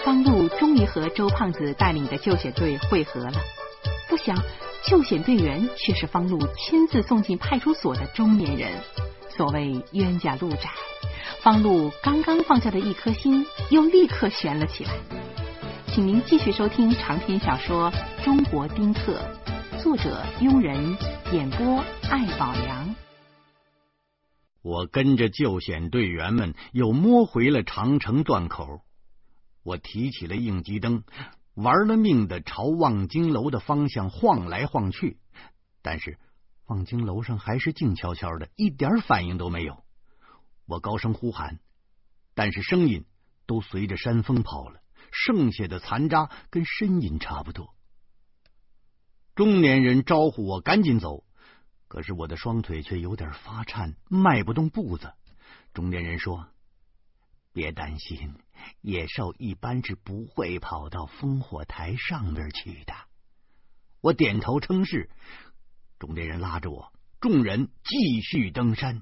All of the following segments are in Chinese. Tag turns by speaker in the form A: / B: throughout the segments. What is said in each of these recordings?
A: 方路终于和周胖子带领的救险队会合了，不想救险队员却是方路亲自送进派出所的中年人。所谓冤家路窄，方路刚刚放下的一颗心又立刻悬了起来。请您继续收听长篇小说《中国丁克》，作者庸人，演播艾宝良。
B: 我跟着救险队员们又摸回了长城断口，我提起了应急灯，玩了命的朝望京楼的方向晃来晃去，但是望京楼上还是静悄悄的，一点反应都没有。我高声呼喊，但是声音都随着山风跑了，剩下的残渣跟呻吟差不多。中年人招呼我赶紧走，可是我的双腿却有点发颤，迈不动步子。中年人说：“别担心，野兽一般是不会跑到烽火台上边去的。”我点头称是。中年人拉着我，众人继续登山。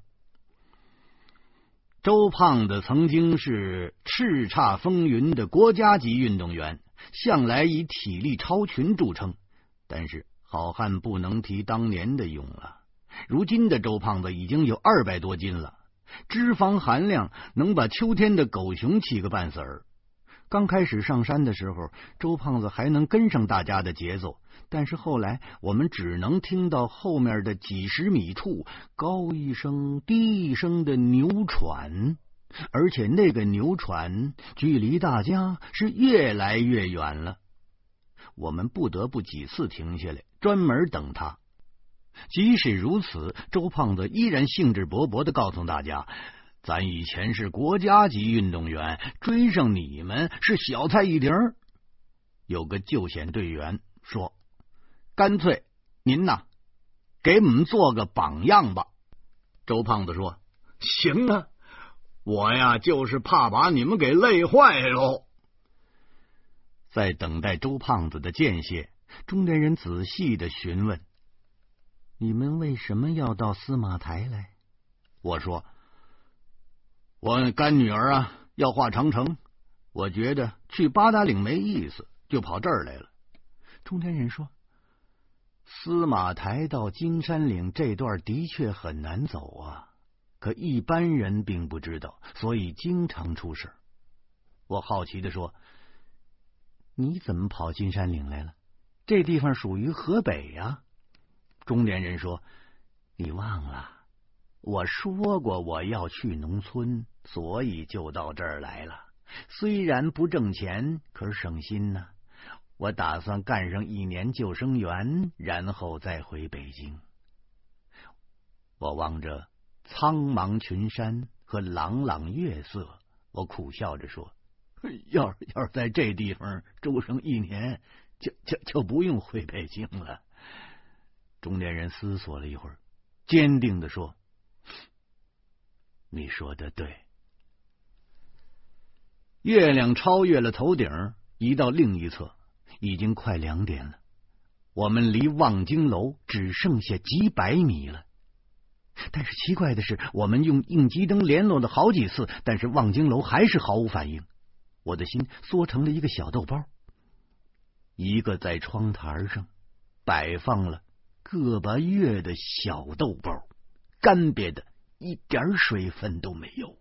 B: 周胖子曾经是叱咤风云的国家级运动员，向来以体力超群著称，但是好汉不能提当年的勇了。如今的周胖子已经有200多斤了，脂肪含量能把秋天的狗熊气个半死儿。刚开始上山的时候，周胖子还能跟上大家的节奏，但是后来我们只能听到后面的几十米处高一声低一声的牛喘，而且那个牛喘距离大家是越来越远了。我们不得不几次停下来专门等他。即使如此，周胖子依然兴致勃勃地告诉大家，咱以前是国家级运动员，追上你们是小菜一碟儿。有个救险队员说：“干脆您呐，给我们做个榜样吧。”周胖子说：“行啊，我呀就是怕把你们给累坏喽。”在等待周胖子的间歇，中年人仔细的询问：“你们为什么要到司马台来？”我说：“我干女儿啊要画长城，我觉得去八达岭没意思，就跑这儿来了。”中年人说：“司马台到金山岭这段的确很难走啊，可一般人并不知道，所以经常出事。”我好奇的说：“你怎么跑金山岭来了？这地方属于河北呀。”中年人说：“你忘了，我说过我要去农村，所以就到这儿来了。虽然不挣钱，可是省心呢。我打算干上1年救生员，然后再回北京。”我望着苍茫群山和朗朗月色，我苦笑着说：“要是在这地方住上1年，就不用回北京了。”中年人思索了一会儿，坚定地说：“你说的对。”月亮超越了头顶，移到另一侧，已经快2点了。我们离望京楼只剩下几百米了。但是奇怪的是，我们用应急灯联络了好几次，但是望京楼还是毫无反应。我的心缩成了一个小豆包。一个在窗台上摆放了个把月的小豆包，干瘪的一点水分都没有。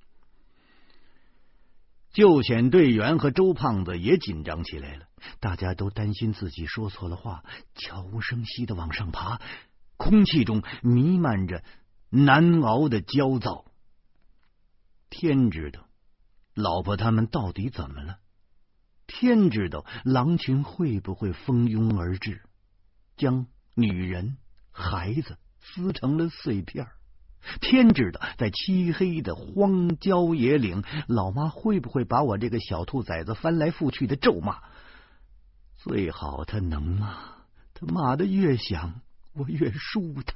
B: 救险队员和周胖子也紧张起来了，大家都担心自己说错了话，悄无声息的往上爬，空气中弥漫着难熬的焦躁。天知道老婆他们到底怎么了，天知道狼群会不会蜂拥而至，将女人孩子撕成了碎片。天知道在漆黑的荒郊野岭，老妈会不会把我这个小兔崽子翻来覆去的咒骂。最好他能骂，他骂的越响，我越舒坦。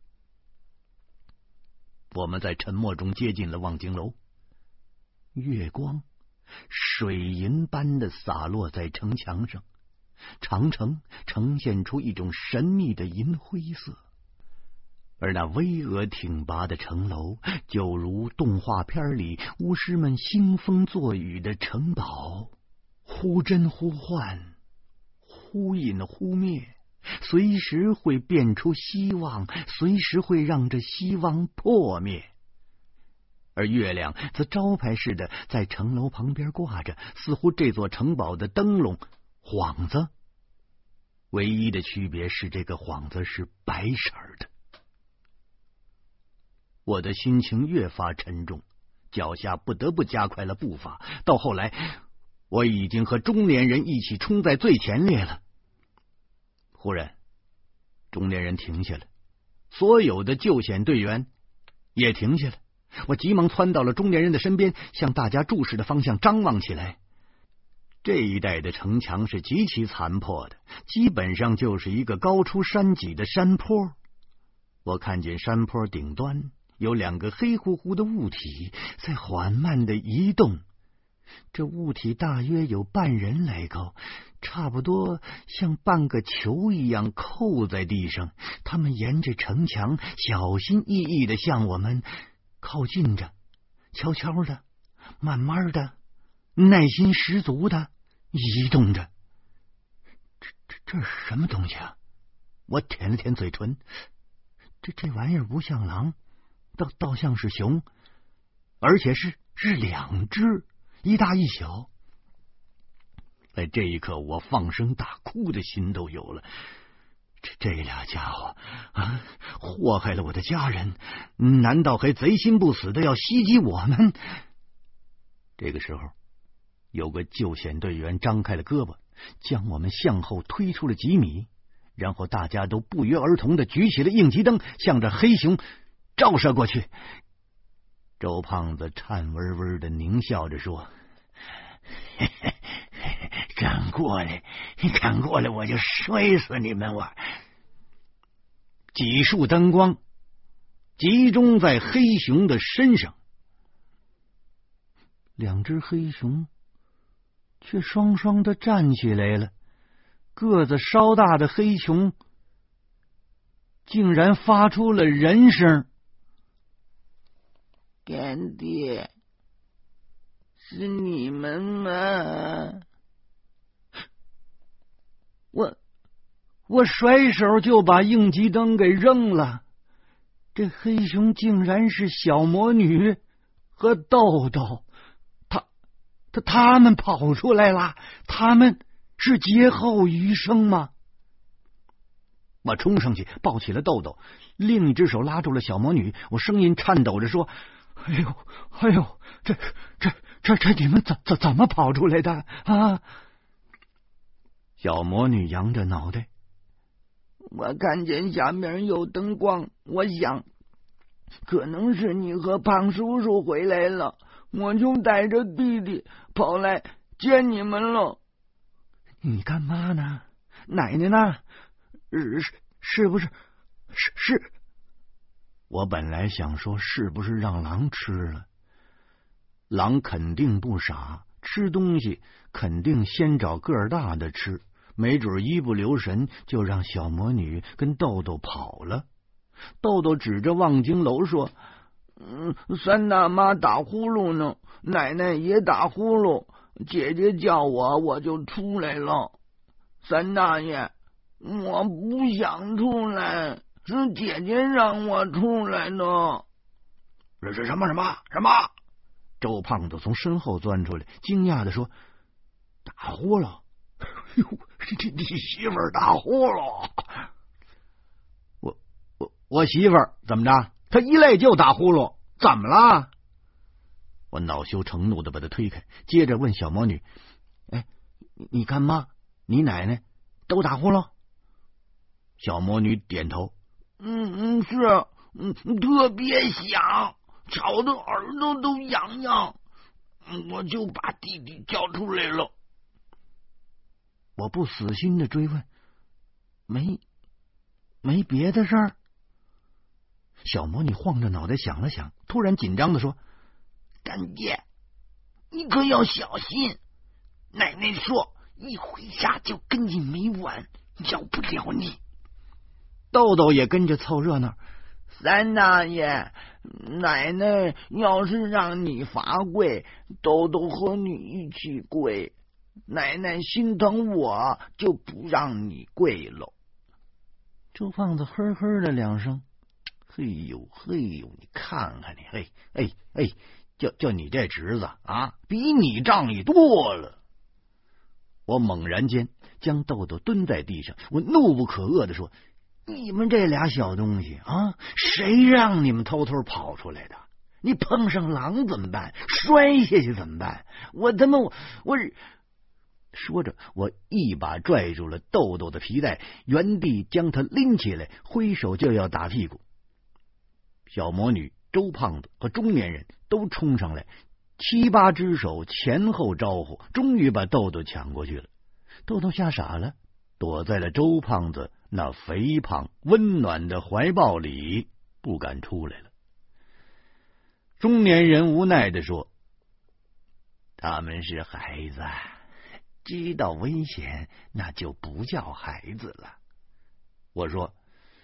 B: 我们在沉默中接近了望京楼，月光水银般的洒落在城墙上，长城呈现出一种神秘的银灰色，而那巍峨挺拔的城楼就如动画片里巫师们兴风作雨的城堡， 忽真忽幻，忽隐忽灭，随时会变出希望，随时会让这希望破灭。而月亮则招牌似的在城楼旁边挂着，似乎这座城堡的灯笼幌子，唯一的区别是这个幌子是白色的。我的心情越发沉重，脚下不得不加快了步伐。到后来，我已经和中年人一起冲在最前列了。忽然，中年人停下了，所有的救险队员也停下了。我急忙窜到了中年人的身边，向大家注视的方向张望起来。这一带的城墙是极其残破的，基本上就是一个高出山脊的山坡。我看见山坡顶端有2个黑乎乎的物体在缓慢的移动，这物体大约有半人来高，差不多像半个球一样扣在地上。他们沿着城墙小心翼翼的向我们靠近着，悄悄的，慢慢的，耐心十足的移动着。这是什么东西啊？我舔了舔嘴唇，这玩意儿不像狼，倒像是熊，而且是2只，一大一小。在这一刻，我放声大哭的心都有了。这俩家伙啊，祸害了我的家人，难道还贼心不死的要袭击我们？这个时候，有个救险队员张开了胳膊，将我们向后推出了几米，然后大家都不约而同的举起了应急灯，向着黑熊照射过去。周胖子颤巍巍的狞笑着说：“敢过来，我就摔死你们！”几束灯光集中在黑熊的身上，2只黑熊却双双的站起来了。个子稍大的黑熊竟然发出了人声：“
C: 干爹，是你们吗？”
B: 我甩手就把应急灯给扔了。这黑熊竟然是小魔女和豆豆，他们跑出来了，他们是劫后余生吗？我冲上去抱起了豆豆，另一只手拉住了小魔女，我声音颤抖着说：“哎呦，这你们怎么跑出来的啊？”小魔女扬着脑袋：“
C: 我看见下面有灯光，我想可能是你和胖叔叔回来了，我就带着弟弟跑来接你们了。”“
B: 你干嘛呢？奶奶呢？是不是？是？”我本来想说是不是让狼吃了，狼肯定不傻，吃东西肯定先找个儿大的吃，没准一不留神就让小魔女跟豆豆跑了。豆豆指着望京楼说：“
C: 三大妈打呼噜呢，奶奶也打呼噜，姐姐叫我就出来了。三大爷，我不想出来，是姐姐让我出来的。”“
B: 这是什么？”周胖子从身后钻出来，惊讶的说：“打呼噜？哟，你媳妇儿打呼噜？我媳妇儿怎么着？她一累就打呼噜，怎么了？”我恼羞成怒的把她推开，接着问小魔女：“哎，你干妈、你奶奶都打呼噜？”小魔女点头：“
C: 是，特别响，吵得耳朵都痒痒，我就把弟弟叫出来了。”
B: 我不死心的追问：“没别的事儿？”小魔女晃着脑袋想了想，突然紧张的说：“
C: 干爹，你可要小心，奶奶说一回家就跟你没完，要不了你。”
B: 豆豆也跟着凑热闹：“
C: 三大爷，奶奶要是让你罚跪，豆豆和你一起跪， 奶奶心疼我，就不让你跪喽。
B: 周胖子呵呵的两声，嘿呦嘿呦，你看看你，嘿哎哎，叫你这侄子啊，比你仗义多了。我猛然间将豆豆蹲在地上，我怒不可遏的说：“你们这俩小东西啊，谁让你们偷偷跑出来的？你碰上狼怎么办？摔下去怎么办？我他妈我说着，我一把拽住了豆豆的皮带，原地将他拎起来，挥手就要打屁股。小魔女、周胖子和中年人都冲上来，7、8只手前后招呼，终于把豆豆抢过去了。豆豆吓傻了，躲在了周胖子那肥胖温暖的怀抱里，不敢出来了。中年人无奈地说：“他们是孩子，知道危险，那就不叫孩子了。”我说：“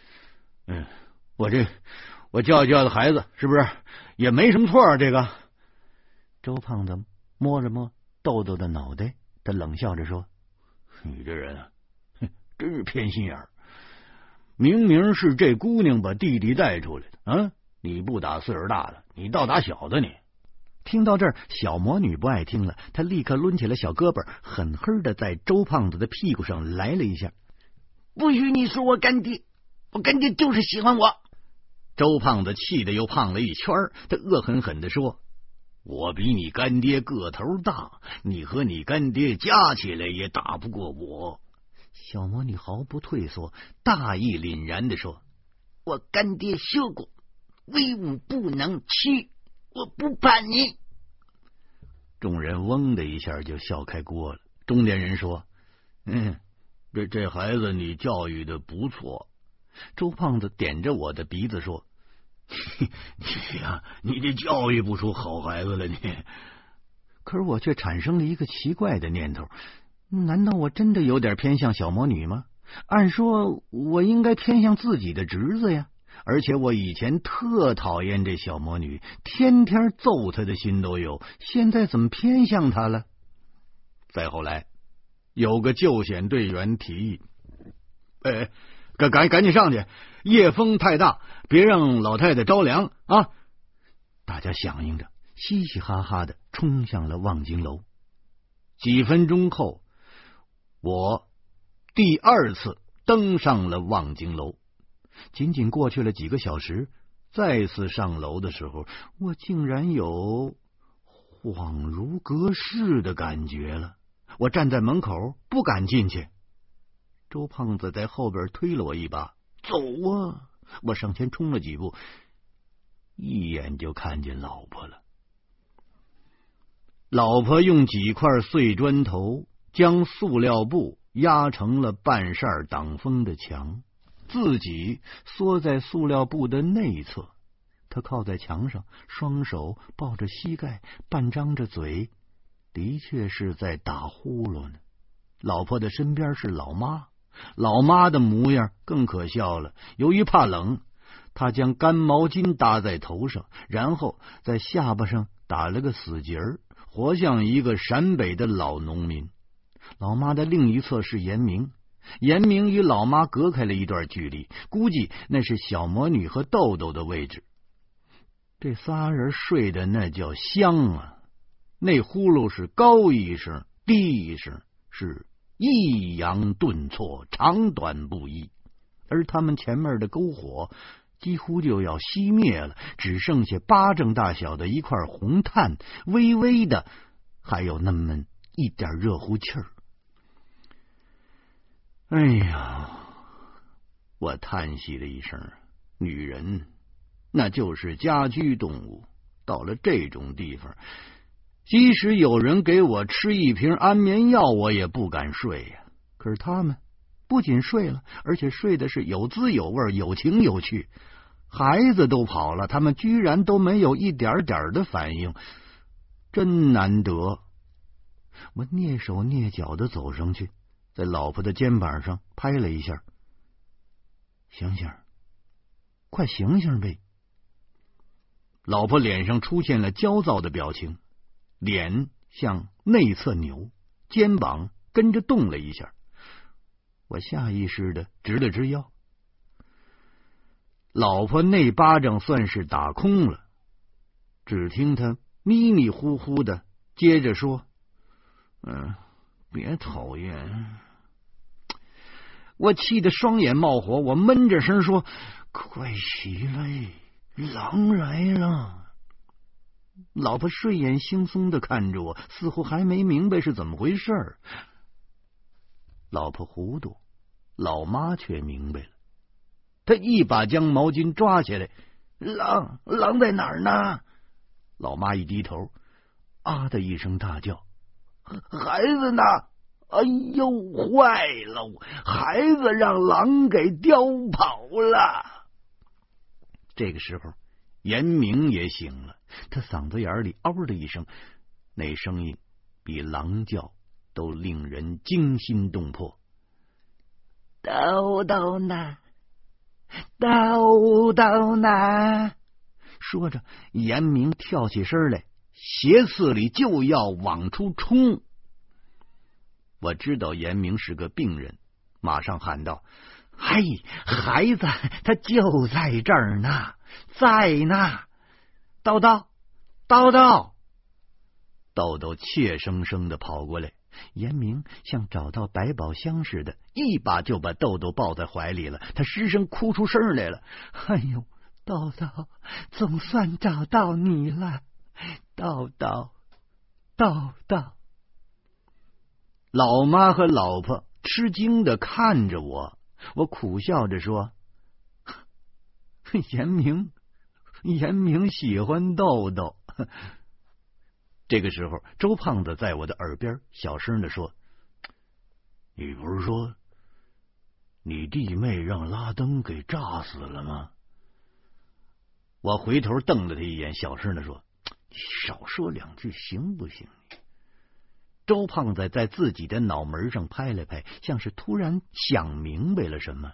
B: 我教育孩子，是不是也没什么错啊？这个。”周胖子摸了摸豆豆的脑袋，他冷笑着说：“你这人啊，真是偏心眼儿！明明是这姑娘把弟弟带出来的啊，你不打岁数大的，你倒打小的你。”听到这儿，小魔女不爱听了，她立刻抡起了小胳膊，狠狠的在周胖子的屁股上来了一下。
C: “不许你说我干爹，我干爹就是喜欢我！”
B: 周胖子气得又胖了一圈，他恶狠狠的说：“我比你干爹个头大，你和你干爹加起来也打不过我。”小魔女毫不退缩，大义凛然的说：“
C: 我干爹说过，威武不能屈，我不怕你。”
B: 众人嗡的一下就笑开锅了。中年人说：“这孩子你教育的不错。”周胖子点着我的鼻子说：“你这教育不出好孩子了你。”可是我却产生了一个奇怪的念头，难道我真的有点偏向小魔女吗？按说我应该偏向自己的侄子呀，而且我以前特讨厌这小魔女，天天揍她的心都有，现在怎么偏向她了？再后来，有个救险队员提议：“赶紧上去，夜风太大，别让老太太着凉啊！”大家响应着，嘻嘻哈哈的冲向了望京楼。几分钟后，我第2次登上了望京楼。仅仅过去了几个小时，再次上楼的时候，我竟然有恍如隔世的感觉了。我站在门口不敢进去。周胖子在后边推了我一把：“走啊！”我上前冲了几步，一眼就看见老婆了。老婆用几块碎砖头将塑料布压成了半扇挡风的墙，自己缩在塑料布的内侧。他靠在墙上，双手抱着膝盖，半张着嘴，的确是在打呼噜呢。老婆的身边是老妈，老妈的模样更可笑了。由于怕冷，她将干毛巾搭在头上，然后在下巴上打了个死结儿，活像一个陕北的老农民。老妈的另一侧是严明，严明与老妈隔开了一段距离，估计那是小魔女和豆豆的位置。这仨人睡得那叫香啊！那呼噜是高一声低一声，是抑扬顿挫，长短不一，而他们前面的篝火几乎就要熄灭了，只剩下巴掌大小的一块红炭，微微的还有那么一点热乎气儿。哎呀，我叹息了一声，女人那就是家居动物，到了这种地方，即使有人给我吃一瓶安眠药，我也不敢睡呀。可是他们不仅睡了，而且睡的是有滋有味，有情有趣。孩子都跑了，他们居然都没有一点点的反应，真难得。我蹑手蹑脚的走上去，在老婆的肩膀上拍了一下：“醒醒，快醒醒呗！”老婆脸上出现了焦躁的表情，脸向内侧扭， 肩膀跟着动了一下，我下意识的直了直腰。老婆那巴掌算是打空了，只听他迷迷糊糊的接着说：“别讨厌。”我气得双眼冒火，我闷着声说：“快起来，狼来了。”老婆睡眼惺忪的看着我，似乎还没明白是怎么回事。老婆糊涂，老妈却明白了。她一把将毛巾抓起来：“狼在哪儿呢？”老妈一低头，啊的一声大叫：“孩子呢？哎呦，坏了！孩子让狼给叼跑了。”这个时候严明也醒了，他嗓子眼里嗷的一声，那声音比狼叫都令人惊心动魄。“豆豆呢？豆豆呢？”说着，严明跳起身来，斜刺里就要往出冲。我知道严明是个病人，马上喊道：“嘿，孩子，他就在这儿呢，在呢！豆豆，豆豆！”豆豆怯生生的跑过来，严明像找到百宝箱似的，一把就把豆豆抱在怀里了。他失声哭出声来了：“哎呦，豆豆，总算找到你了，豆豆，豆豆！”老妈和老婆吃惊的看着我，我苦笑着说：“严明喜欢豆豆。”这个时候，周胖子在我的耳边小声的说：“你不是说你弟妹让拉登给炸死了吗？”我回头瞪了他一眼，小声的说：“少说两句行不行？”周胖子在自己的脑门上拍了拍，像是突然想明白了什么。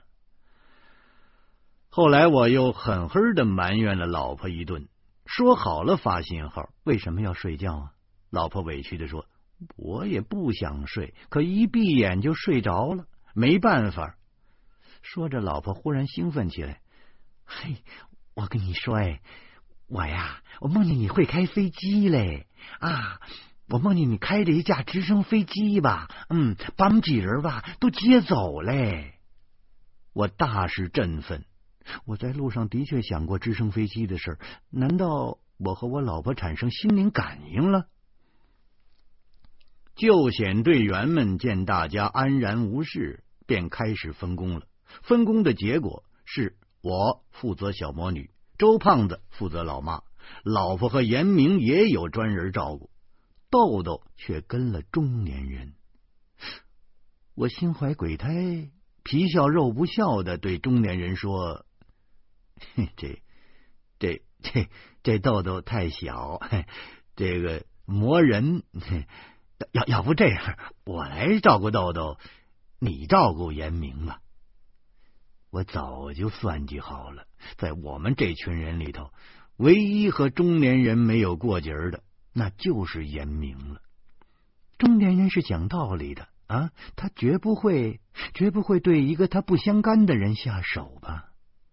B: 后来我又狠狠的埋怨了老婆一顿，说好了发信号，为什么要睡觉啊？老婆委屈的说：“我也不想睡，可一闭眼就睡着了，没办法。”说着，老婆忽然兴奋起来：“嘿，我跟你说，我梦见你会开飞机嘞啊！我梦见你开着一架直升飞机吧，把我们几人吧都接走嘞！”我大是振奋，我在路上的确想过直升飞机的事，难道我和我老婆产生心灵感应了？救险队员们见大家安然无事，便开始分工了。分工的结果是我负责小魔女，周胖子负责老妈，老婆和严明也有专人照顾，豆豆却跟了中年人。我心怀鬼胎，皮笑肉不笑的对中年人说：“这豆豆太小，这个磨人。要不这样，我来照顾豆豆，你照顾严明吧。”我早就算计好了，在我们这群人里头，唯一和中年人没有过节的，那就是严明了。中年人是讲道理的啊，他绝不会对一个他不相干的人下手吧？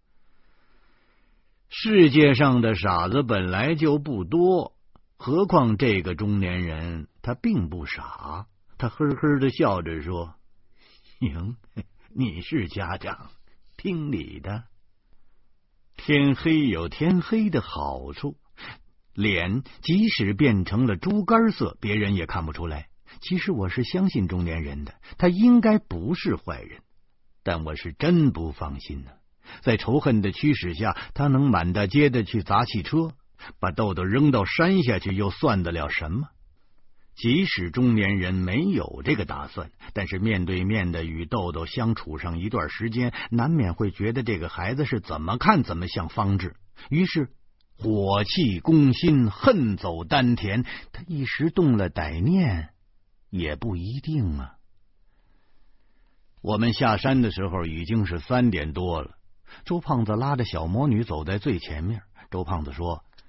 B: 世界上的傻子本来就不多，何况这个中年人他并不傻。他呵呵的笑着说：“行，你是家长，听你的。”天黑有天黑的好处，脸即使变成了猪肝色，别人也看不出来。其实我是相信中年人的，他应该不是坏人，但我是真不放心呢。在仇恨的驱使下，他能满大街的去砸汽车，把豆豆扔到山下去，又算得了什么？即使中年人没有这个打算，但是面对面的与豆豆相处上一段时间，难免会觉得这个孩子是怎么看怎么像方志，于是火气攻心，恨走丹田，他一时动了歹念也不一定啊。我们下山的时候已经是3点多了，周胖子拉着小魔女走在最前面。周胖子说：“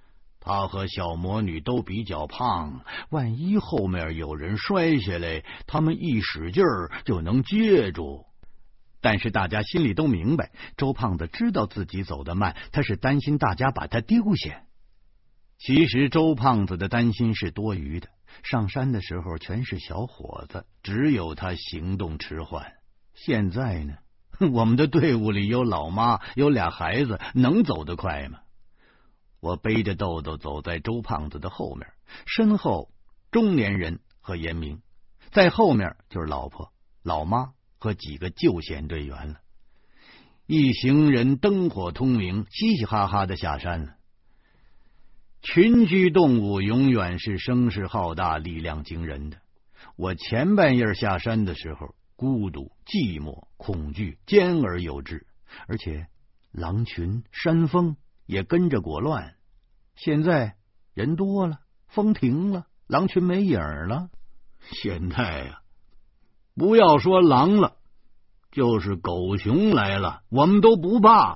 B: 他和小魔女都比较胖，万一后面有人摔下来，他们一使劲儿就能接住。但是大家心里都明白，周胖子知道自己走得慢，他是担心大家把他丢下。其实周胖子的担心是多余的，上山的时候全是小伙子，只有他行动迟缓。现在呢，我们的队伍里有老妈，有俩孩子，能走得快吗？我背着豆豆走在周胖子的后面，身后中年人和严明，在后面就是老婆、老妈和几个救险队员了。一行人灯火通明，嘻嘻哈哈的下山了。群居动物永远是声势浩大、力量惊人的。我前半夜下山的时候，孤独、寂寞、恐惧兼而有之，而且狼群、山风也跟着裹乱。现在人多了，风停了，狼群没影了。现在啊，不要说狼了，就是狗熊来了，我们都不怕。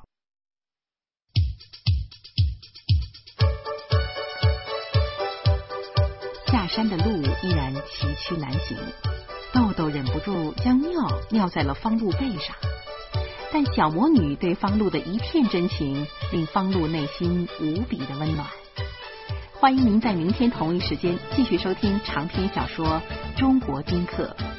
A: 下山的路依然崎岖难行，豆豆忍不住将尿在了方露背上。但小魔女对方露的一片真情，令方露内心无比的温暖。欢迎您在明天同一时间继续收听长篇小说《中国丁克》。